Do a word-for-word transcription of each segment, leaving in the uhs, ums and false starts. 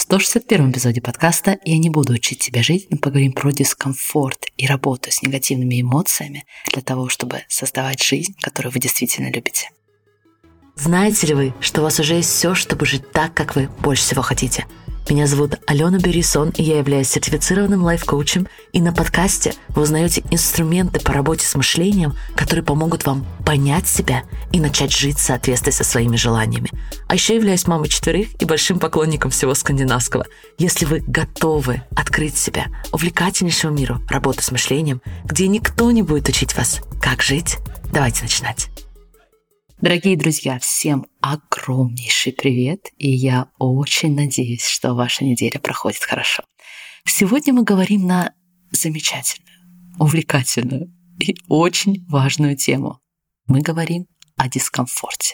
сто шестьдесят первом эпизоде подкаста «Я не буду учить тебя жить», мы поговорим про дискомфорт и работу с негативными эмоциями для того, чтобы создавать жизнь, которую вы действительно любите. Знаете ли вы, что у вас уже есть все, чтобы жить так, как вы больше всего хотите? Меня зовут Алена Берисон, и я являюсь сертифицированным лайф-коучем, и на подкасте вы узнаете инструменты по работе с мышлением, которые помогут вам понять себя и начать жить в соответствии со своими желаниями. А еще являюсь мамой четверых и большим поклонником всего скандинавского. Если вы готовы открыть себя увлекательнейшему миру работы с мышлением, где никто не будет учить вас, как жить, давайте начинать. Дорогие друзья, всем огромнейший привет, и я очень надеюсь, что ваша неделя проходит хорошо. Сегодня мы говорим на замечательную, увлекательную и очень важную тему. Мы говорим о дискомфорте.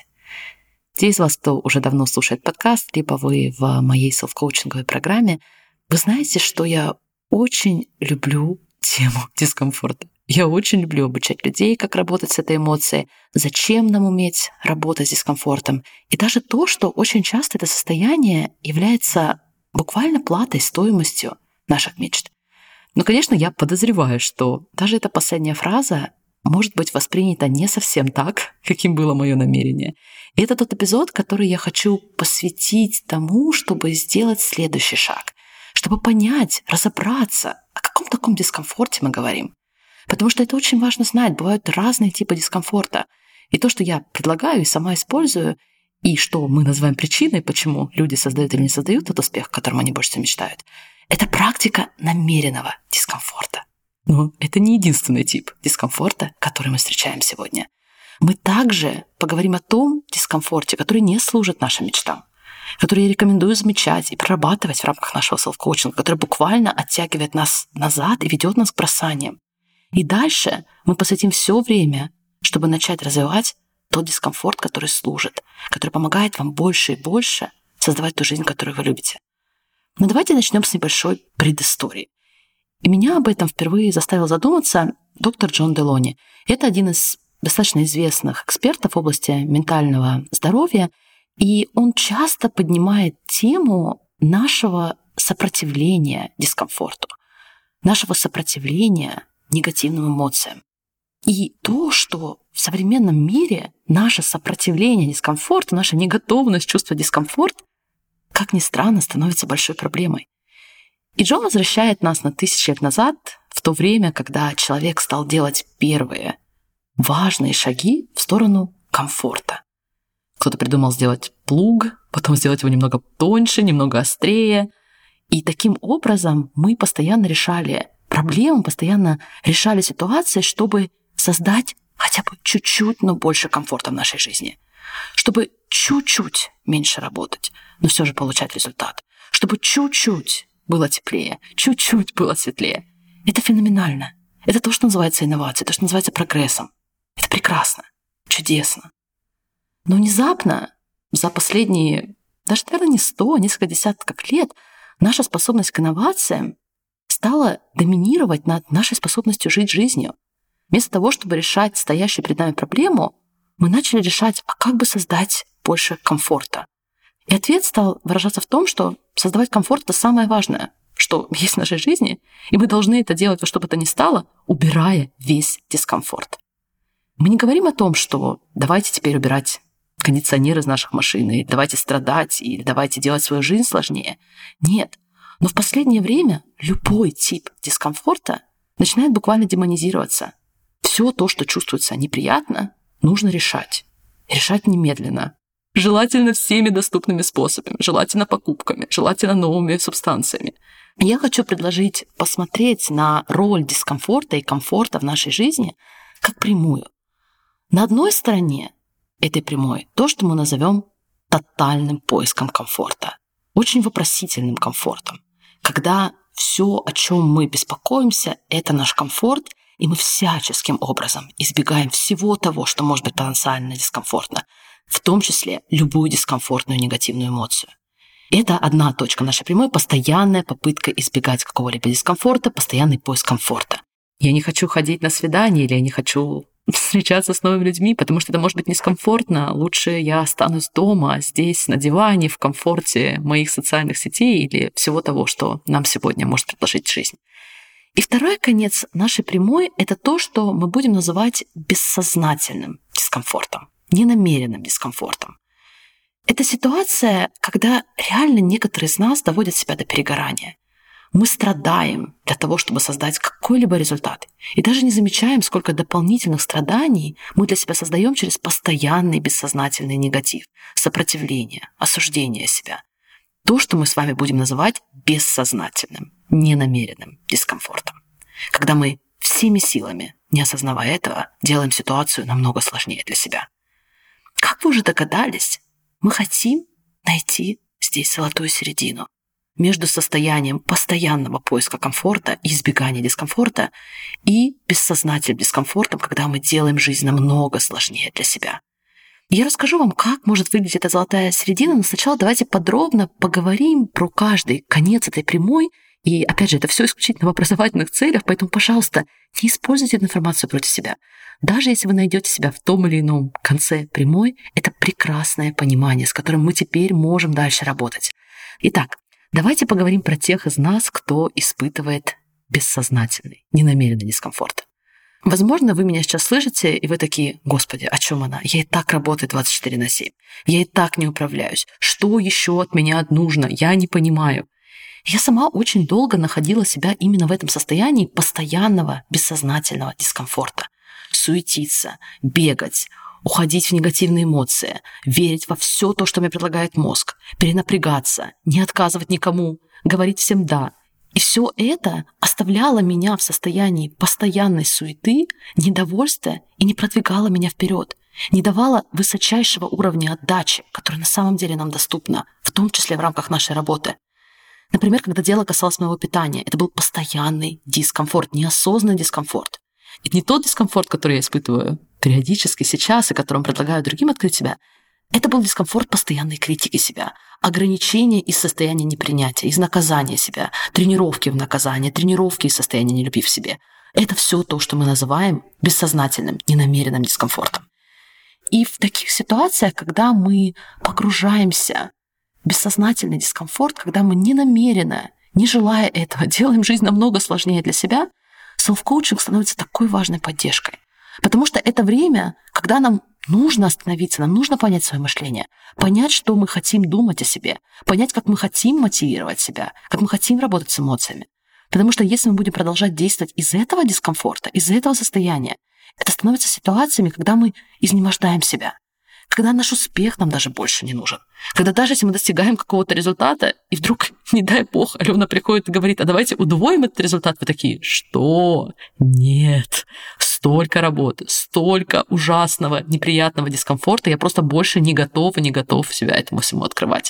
Те из вас, кто уже давно слушает подкаст, либо вы в моей селф-коучинговой программе, вы знаете, что я очень люблю тему дискомфорта. Я очень люблю обучать людей, как работать с этой эмоцией, зачем нам уметь работать с дискомфортом. И даже то, что очень часто это состояние является буквально платой, стоимостью наших мечт. Но, конечно, я подозреваю, что даже эта последняя фраза может быть воспринята не совсем так, каким было мое намерение. И это тот эпизод, который я хочу посвятить тому, чтобы сделать следующий шаг, чтобы понять, разобраться, о каком таком дискомфорте мы говорим. Потому что это очень важно знать. Бывают разные типы дискомфорта. И то, что я предлагаю и сама использую, и что мы называем причиной, почему люди создают или не создают тот успех, о котором они больше всего мечтают, это практика намеренного дискомфорта. Но это не единственный тип дискомфорта, который мы встречаем сегодня. Мы также поговорим о том дискомфорте, который не служит нашим мечтам, который я рекомендую замечать и прорабатывать в рамках нашего селф-коучинга, который буквально оттягивает нас назад и ведет нас к бросаниям. И дальше мы посвятим все время, чтобы начать развивать тот дискомфорт, который служит, который помогает вам больше и больше создавать ту жизнь, которую вы любите. Но давайте начнем с небольшой предыстории. И меня об этом впервые заставил задуматься доктор Джон Делони. Это один из достаточно известных экспертов в области ментального здоровья, и он часто поднимает тему нашего сопротивления дискомфорту, нашего сопротивления негативным эмоциям. И то, что в современном мире наше сопротивление дискомфорту, наша неготовность чувствовать дискомфорт, как ни странно, становится большой проблемой. И Джон возвращает нас на тысячи лет назад, в то время, когда человек стал делать первые важные шаги в сторону комфорта. Кто-то придумал сделать плуг, потом сделать его немного тоньше, немного острее. И таким образом мы постоянно решали проблемы, постоянно решали ситуации, чтобы создать хотя бы чуть-чуть, но больше комфорта в нашей жизни. Чтобы чуть-чуть меньше работать, но все же получать результат. Чтобы чуть-чуть было теплее, чуть-чуть было светлее. Это феноменально. Это то, что называется инновацией, то, что называется прогрессом. Это прекрасно, чудесно. Но внезапно за последние, даже, наверное, не сто, а несколько десятков лет наша способность к инновациям стала доминировать над нашей способностью жить жизнью. Вместо того, чтобы решать стоящую перед нами проблему, мы начали решать, а как бы создать больше комфорта. И ответ стал выражаться в том, что создавать комфорт — это самое важное, что есть в нашей жизни, и мы должны это делать во что бы то ни стало, убирая весь дискомфорт. Мы не говорим о том, что давайте теперь убирать кондиционер из наших машин, и давайте страдать, или давайте делать свою жизнь сложнее. Нет. Но в последнее время любой тип дискомфорта начинает буквально демонизироваться. Все то, что чувствуется неприятно, нужно решать. Решать немедленно. Желательно всеми доступными способами, желательно покупками, желательно новыми субстанциями. Я хочу предложить посмотреть на роль дискомфорта и комфорта в нашей жизни как прямую. На одной стороне этой прямой то, что мы назовем тотальным поиском комфорта, очень вопросительным комфортом. Когда все, о чем мы беспокоимся, это наш комфорт, и мы всяческим образом избегаем всего того, что может быть потенциально дискомфортно, в том числе любую дискомфортную негативную эмоцию. Это одна точка нашей прямой, постоянная попытка избегать какого-либо дискомфорта, постоянный поиск комфорта. Я не хочу ходить на свидание, или я не хочу встречаться с новыми людьми, потому что это может быть дискомфортно. Лучше я останусь дома, здесь, на диване, в комфорте моих социальных сетей или всего того, что нам сегодня может предложить жизнь. И второй конец нашей прямой — это то, что мы будем называть бессознательным дискомфортом, ненамеренным дискомфортом. Это ситуация, когда реально некоторые из нас доводят себя до перегорания. Мы страдаем для того, чтобы создать какой-либо результат. И даже не замечаем, сколько дополнительных страданий мы для себя создаем через постоянный бессознательный негатив, сопротивление, осуждение себя. То, что мы с вами будем называть бессознательным, ненамеренным дискомфортом. Когда мы всеми силами, не осознавая этого, делаем ситуацию намного сложнее для себя. Как вы уже догадались, мы хотим найти здесь золотую середину между состоянием постоянного поиска комфорта и избегания дискомфорта и бессознательным дискомфортом, когда мы делаем жизнь намного сложнее для себя. Я расскажу вам, как может выглядеть эта золотая середина, но сначала давайте подробно поговорим про каждый конец этой прямой. И, опять же, это все исключительно в образовательных целях, поэтому, пожалуйста, не используйте эту информацию против себя. Даже если вы найдете себя в том или ином конце прямой, это прекрасное понимание, с которым мы теперь можем дальше работать. Итак, давайте поговорим про тех из нас, кто испытывает бессознательный, ненамеренный дискомфорт. Возможно, вы меня сейчас слышите, и вы такие: «Господи, о чем она? Я и так работаю двадцать четыре на семь. Я и так не управляюсь. Что еще от меня нужно? Я не понимаю». Я сама очень долго находила себя именно в этом состоянии постоянного бессознательного дискомфорта. Суетиться, бегать, уходить в негативные эмоции, верить во все то, что мне предлагает мозг, перенапрягаться, не отказывать никому, говорить всем «да». И все это оставляло меня в состоянии постоянной суеты, недовольства и не продвигало меня вперед, не давало высочайшего уровня отдачи, которая на самом деле нам доступна, в том числе в рамках нашей работы. Например, когда дело касалось моего питания, это был постоянный дискомфорт, неосознанный дискомфорт. Это не тот дискомфорт, который я испытываю периодически сейчас и которым предлагаю другим открыть себя. Это был дискомфорт постоянной критики себя, ограничения из состояния непринятия, из наказания себя, тренировки в наказание, тренировки из состояния нелюбви в себе. Это все то, что мы называем бессознательным, ненамеренным дискомфортом. И в таких ситуациях, когда мы погружаемся в бессознательный дискомфорт, когда мы ненамеренно, не желая этого, делаем жизнь намного сложнее для себя, селф-коучинг становится такой важной поддержкой. Потому что это время, когда нам нужно остановиться, нам нужно понять свое мышление, понять, что мы хотим думать о себе, понять, как мы хотим мотивировать себя, как мы хотим работать с эмоциями. Потому что если мы будем продолжать действовать из этого дискомфорта, из этого состояния, это становится ситуациями, когда мы изнемождаем себя, когда наш успех нам даже больше не нужен, когда даже если мы достигаем какого-то результата, и вдруг, не дай бог, Алена приходит и говорит: «А давайте удвоим этот результат», вы такие: «Что? Нет, столько работы, столько ужасного, неприятного дискомфорта, я просто больше не готова, не готов себя этому всему открывать».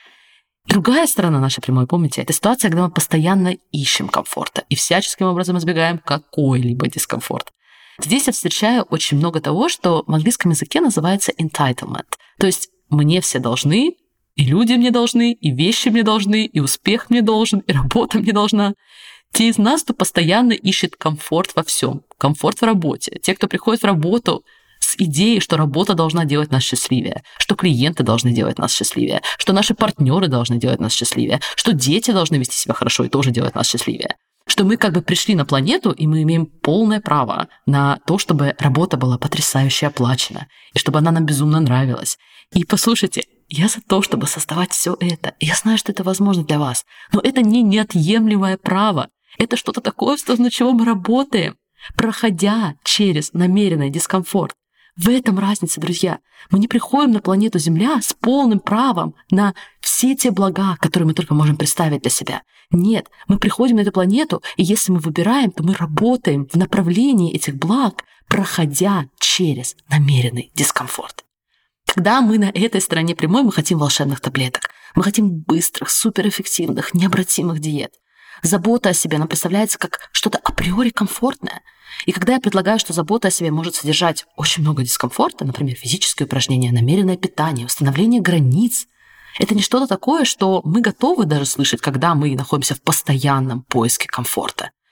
Другая сторона нашей прямой, помните, это ситуация, когда мы постоянно ищем комфорта и всяческим образом избегаем какой-либо дискомфорт. Здесь я встречаю очень много того, что в английском языке называется entitlement. То есть мне все должны, и люди мне должны, и вещи мне должны, и успех мне должен, и работа мне должна. Те из нас, кто постоянно ищет комфорт во всем, комфорт в работе. Те, кто приходит в работу с идеей, что работа должна делать нас счастливее, что клиенты должны делать нас счастливее, что наши партнеры должны делать нас счастливее, что дети должны вести себя хорошо и тоже делать нас счастливее. Что мы как бы пришли на планету, и мы имеем полное право на то, чтобы работа была потрясающе оплачена, и чтобы она нам безумно нравилась. И послушайте, я за то, чтобы создавать все это. Я знаю, что это возможно для вас, но это не неотъемлемое право. Это что-то такое, в сторону чего мы работаем, проходя через намеренный дискомфорт. В этом разница, друзья. Мы не приходим на планету Земля с полным правом на все те блага, которые мы только можем представить для себя. Нет, мы приходим на эту планету, и если мы выбираем, то мы работаем в направлении этих благ, проходя через намеренный дискомфорт. Когда мы на этой стороне прямой, мы хотим волшебных таблеток. Мы хотим быстрых, суперэффективных, необратимых диет. Забота о себе нам представляется как что-то априори комфортное. И когда я предлагаю, что забота о себе может содержать очень много дискомфорта, например, физические упражнения, намеренное питание, установление границ, это не что-то такое, что мы готовы даже слышать, когда мы находимся в постоянном поиске комфорта.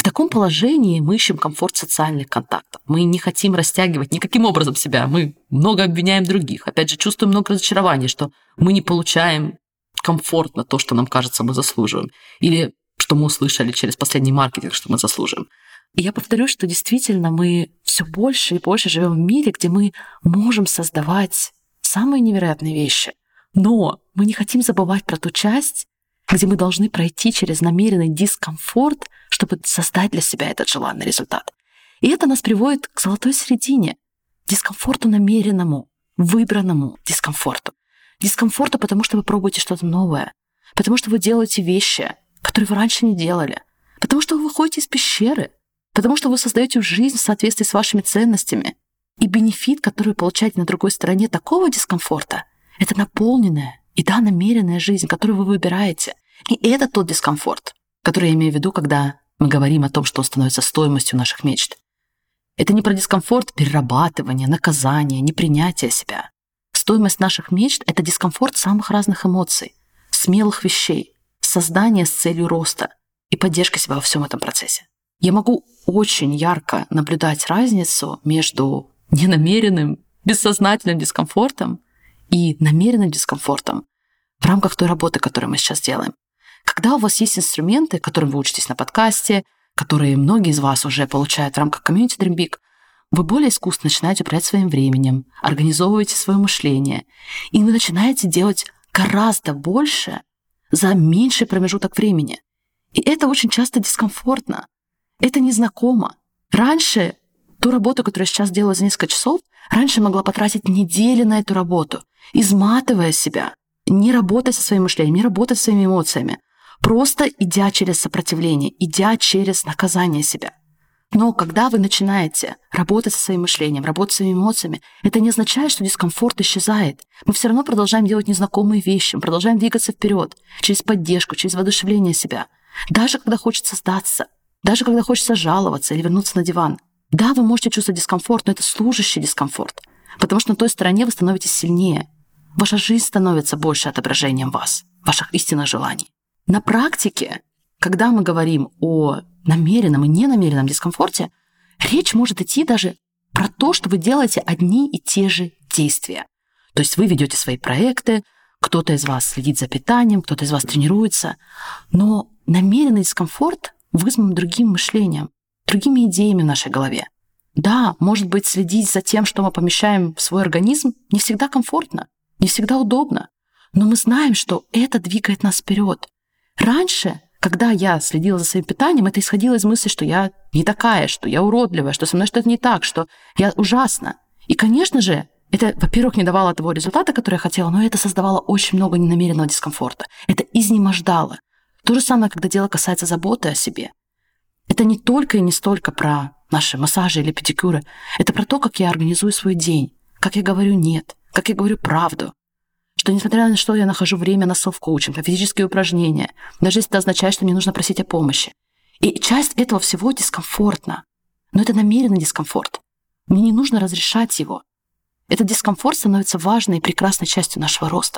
В таком положении мы ищем комфорт социальных контактов. Мы не хотим растягивать никаким образом себя. Мы много обвиняем других. Опять же, чувствуем много разочарований, что мы не получаем комфортно то, что нам кажется, мы заслуживаем. Или что мы услышали через последний маркетинг, что мы заслуживаем. И я повторю, что действительно мы все больше и больше живем в мире, где мы можем создавать самые невероятные вещи. Но мы не хотим забывать про ту часть, где мы должны пройти через намеренный дискомфорт, чтобы создать для себя этот желанный результат. И это нас приводит к золотой середине, дискомфорту намеренному, выбранному дискомфорту. Дискомфорту, потому что вы пробуете что-то новое, потому что вы делаете вещи, которые вы раньше не делали, потому что вы выходите из пещеры, потому что вы создаете жизнь в соответствии с вашими ценностями. И бенефит, который вы получаете на другой стороне такого дискомфорта, это наполненная и да, намеренная жизнь, которую вы выбираете. И это тот дискомфорт, который я имею в виду, когда мы говорим о том, что он становится стоимостью наших мечт. Это не про дискомфорт перерабатывания, наказания, непринятия себя. Стоимость наших мечт — это дискомфорт самых разных эмоций, смелых вещей, создания с целью роста и поддержка себя во всем этом процессе. Я могу очень ярко наблюдать разницу между ненамеренным, бессознательным дискомфортом и намеренным дискомфортом в рамках той работы, которую мы сейчас делаем. Когда у вас есть инструменты, которым вы учитесь на подкасте, которые многие из вас уже получают в рамках комьюнити Dream Big, вы более искусно начинаете управлять своим временем, организовываете свое мышление, и вы начинаете делать гораздо больше за меньший промежуток времени. И это очень часто дискомфортно. Это незнакомо. Раньше ту работу, которую я сейчас делаю за несколько часов, раньше могла потратить недели на эту работу, изматывая себя, не работая со своим мышлением, не работая со своими эмоциями, просто идя через сопротивление, идя через наказание себя. Но когда вы начинаете работать со своим мышлением, работать со своими эмоциями, это не означает, что дискомфорт исчезает. Мы все равно продолжаем делать незнакомые вещи, мы продолжаем двигаться вперед, через поддержку, через воодушевление себя. Даже когда хочется сдаться, даже когда хочется жаловаться или вернуться на диван. Да, вы можете чувствовать дискомфорт, но это служащий дискомфорт, потому что на той стороне вы становитесь сильнее. Ваша жизнь становится больше отображением вас, ваших истинных желаний. На практике, когда мы говорим о намеренном и ненамеренном дискомфорте, речь может идти даже про то, что вы делаете одни и те же действия. То есть вы ведете свои проекты, кто-то из вас следит за питанием, кто-то из вас тренируется, но намеренный дискомфорт вызван другим мышлением, другими идеями в нашей голове. Да, может быть, следить за тем, что мы помещаем в свой организм, не всегда комфортно, не всегда удобно, но мы знаем, что это двигает нас вперед. Раньше, когда я следила за своим питанием, это исходило из мысли, что я не такая, что я уродливая, что со мной что-то не так, что я ужасна. И, конечно же, это, во-первых, не давало того результата, который я хотела, но это создавало очень много ненамеренного дискомфорта. Это изнемождало. То же самое, когда дело касается заботы о себе. Это не только и не столько про наши массажи или педикюры. Это про то, как я организую свой день, как я говорю «нет», как я говорю правду. Что, несмотря на что, я нахожу время на селф-коучинг, на физические упражнения, даже если это означает, что мне нужно просить о помощи. И часть этого всего дискомфортна. Но это намеренный дискомфорт. Мне не нужно разрешать его. Этот дискомфорт становится важной и прекрасной частью нашего роста.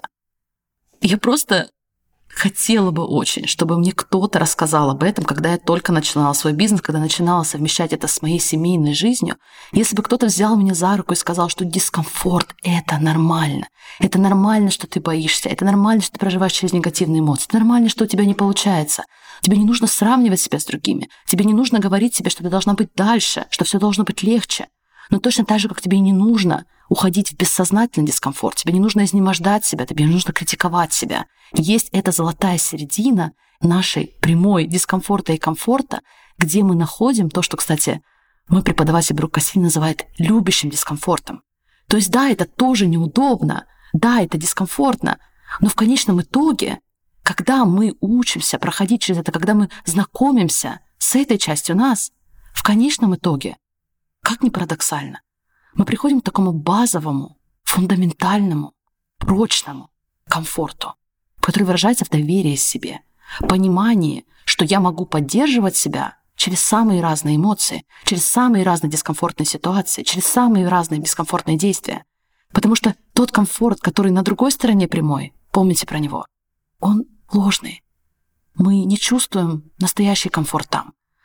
Я просто хотела бы очень, чтобы мне кто-то рассказал об этом, когда я только начинала свой бизнес, когда начинала совмещать это с моей семейной жизнью. Если бы кто-то взял меня за руку и сказал, что дискомфорт — это нормально. Это нормально, что ты боишься. Это нормально, что ты проживаешь через негативные эмоции. Это нормально, что у тебя не получается. Тебе не нужно сравнивать себя с другими. Тебе не нужно говорить себе, что ты должна быть дальше, что все должно быть легче. Но точно так же, как тебе не нужно уходить в бессознательный дискомфорт, тебе не нужно изнемождать себя, тебе не нужно критиковать себя. Есть эта золотая середина нашей прямой дискомфорта и комфорта, где мы находим то, что, кстати, мой преподаватель Брук Кассини называет любящим дискомфортом. То есть да, это тоже неудобно, да, это дискомфортно, но в конечном итоге, когда мы учимся проходить через это, когда мы знакомимся с этой частью нас, в конечном итоге, как ни парадоксально, мы приходим к такому базовому, фундаментальному, прочному комфорту, который выражается в доверии себе, понимании, что я могу поддерживать себя через самые разные эмоции, через самые разные дискомфортные ситуации, через самые разные дискомфортные действия. Потому что тот комфорт, который на другой стороне прямой, помните про него, он ложный. Мы не чувствуем настоящий комфорт там.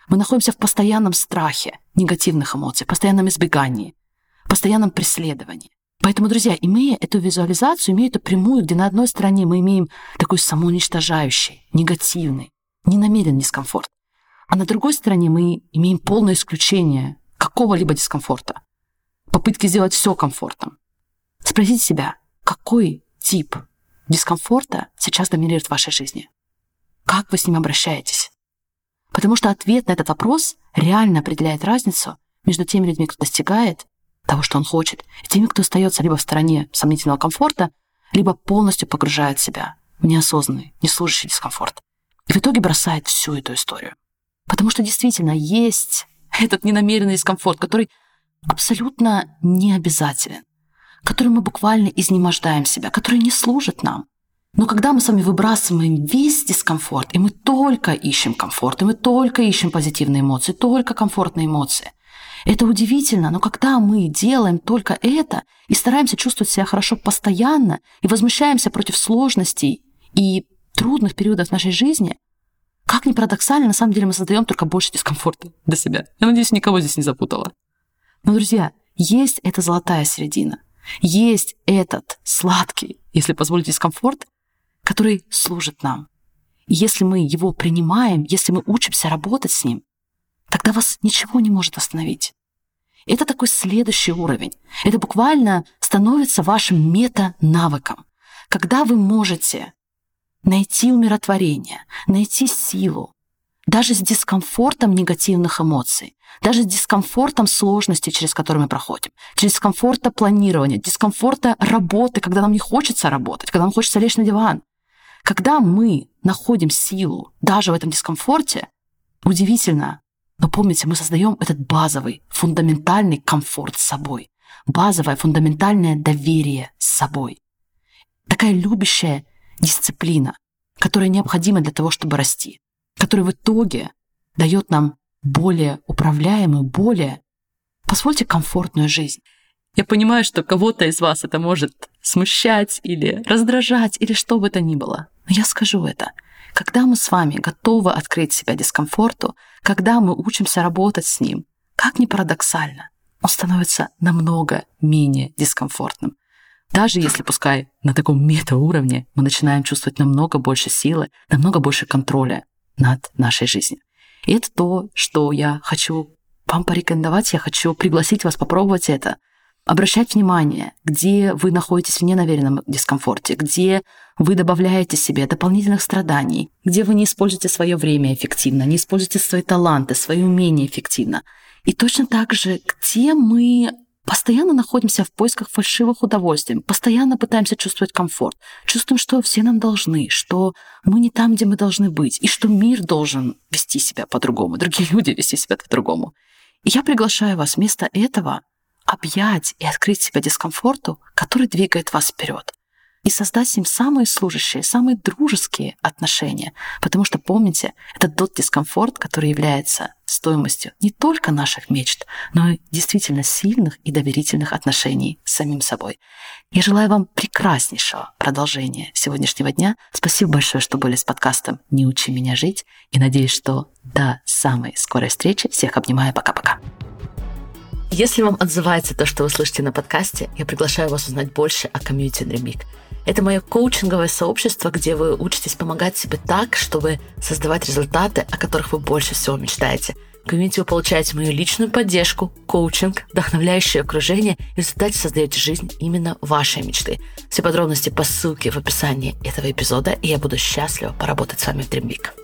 Мы находимся в постоянном страхе негативных эмоций, в постоянном избегании, в постоянном преследовании. Поэтому, друзья, имея эту визуализацию, имея эту прямую, где на одной стороне мы имеем такой самоуничтожающий, негативный, ненамеренный дискомфорт, а на другой стороне мы имеем полное исключение какого-либо дискомфорта, попытки сделать все комфортным. Спросите себя, какой тип дискомфорта сейчас доминирует в вашей жизни? Как вы с ним обращаетесь? Потому что ответ на этот вопрос реально определяет разницу между теми людьми, кто достигает того, что он хочет, и теми, кто остается либо в стороне сомнительного комфорта, либо полностью погружает себя в неосознанный, неслужащий дискомфорт. И в итоге бросает всю эту историю. Потому что действительно есть этот ненамеренный дискомфорт, который абсолютно не обязателен, который мы буквально изнемождаем себя, который не служит нам. Но когда мы с вами выбрасываем весь дискомфорт, и мы только ищем комфорт, и мы только ищем позитивные эмоции, только комфортные эмоции, это удивительно, но когда мы делаем только это и стараемся чувствовать себя хорошо постоянно и возмущаемся против сложностей и трудных периодов нашей жизни, как ни парадоксально, на самом деле мы создаем только больше дискомфорта для себя. Я надеюсь, никого здесь не запутала. Но, друзья, есть эта золотая середина, есть этот сладкий, если позволите, дискомфорт, который служит нам. И если мы его принимаем, если мы учимся работать с ним, тогда вас ничего не может остановить. Это такой следующий уровень. Это буквально становится вашим мета-навыком. Когда вы можете найти умиротворение, найти силу, даже с дискомфортом негативных эмоций, даже с дискомфортом сложностей, через которые мы проходим, через дискомфорта планирования, дискомфорта работы, когда нам не хочется работать, когда нам хочется лечь на диван. Когда мы находим силу даже в этом дискомфорте, удивительно, но помните, мы создаем этот базовый, фундаментальный комфорт с собой, базовое, фундаментальное доверие с собой. Такая любящая дисциплина, которая необходима для того, чтобы расти, которая в итоге дает нам более управляемую, более, позвольте, комфортную жизнь. Я понимаю, что кого-то из вас это может смущать или раздражать, или что бы то ни было. Но я скажу это. Когда мы с вами готовы открыть себя дискомфорту, когда мы учимся работать с ним, как ни парадоксально, он становится намного менее дискомфортным. Даже если, пускай на таком метауровне, мы начинаем чувствовать намного больше силы, намного больше контроля над нашей жизнью. И это то, что я хочу вам порекомендовать, я хочу пригласить вас попробовать это. Обращать внимание, где вы находитесь в ненамеренном дискомфорте, где вы добавляете себе дополнительных страданий, где вы не используете свое время эффективно, не используете свои таланты, свои умения эффективно. И точно так же, где мы постоянно находимся в поисках фальшивых удовольствий, постоянно пытаемся чувствовать комфорт, чувствуем, что все нам должны, что мы не там, где мы должны быть, и что мир должен вести себя по-другому, другие люди вести себя по-другому. И я приглашаю вас вместо этого объять и открыть себя дискомфорту, который двигает вас вперед, и создать с ним самые служащие, самые дружеские отношения. Потому что, помните, это тот дискомфорт, который является стоимостью не только наших мечт, но и действительно сильных и доверительных отношений с самим собой. Я желаю вам прекраснейшего продолжения сегодняшнего дня. Спасибо большое, что были с подкастом «Не учи меня жить». И надеюсь, что до самой скорой встречи. Всех обнимаю. Пока-пока. Если вам отзывается то, что вы слышите на подкасте, я приглашаю вас узнать больше о комьюнити Dream Big. Это мое коучинговое сообщество, где вы учитесь помогать себе так, чтобы создавать результаты, о которых вы больше всего мечтаете. В комьюнити вы получаете мою личную поддержку, коучинг, вдохновляющее окружение и в результате создаете жизнь именно вашей мечты. Все подробности по ссылке в описании этого эпизода, и я буду счастлива поработать с вами в Dream Big.